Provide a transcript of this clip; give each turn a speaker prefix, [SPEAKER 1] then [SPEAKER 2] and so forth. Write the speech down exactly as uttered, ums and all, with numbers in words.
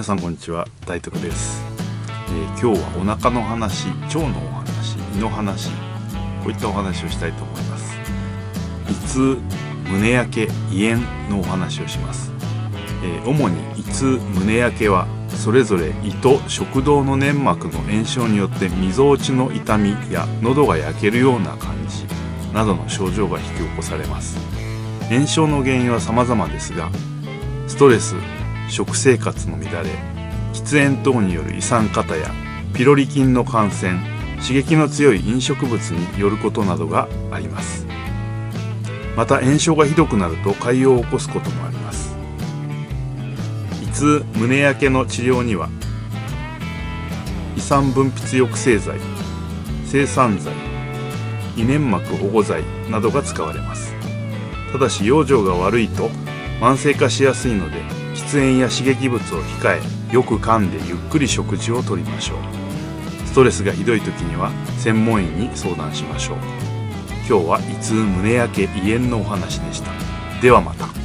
[SPEAKER 1] 皆さんこんにちは、大徳です。えー、今日はお腹の話、腸のお話、胃の話、こういったお話をしたいと思います。胃痛、胸焼け、胃炎のお話をします。えー、主に胃痛、胸焼けはそれぞれ胃と食道の粘膜の炎症によってみぞおちの痛みや喉が焼けるような感じなどの症状が引き起こされます。炎症の原因は様々ですが、ストレス、食生活の乱れ、喫煙等による胃酸過多やピロリ菌の感染、刺激の強い飲食物によることなどがあります。また炎症がひどくなると潰瘍を起こすこともあります。胃痛、胸焼けの治療には胃酸分泌抑制剤、制酸剤、胃粘膜保護剤などが使われます。ただし養生が悪いと慢性化しやすいので、喫煙や刺激物を控え、よく噛んでゆっくり食事をとりましょう。ストレスがひどい時には専門医に相談しましょう。今日は胃痛、胸焼け、胃炎のお話でした。ではまた。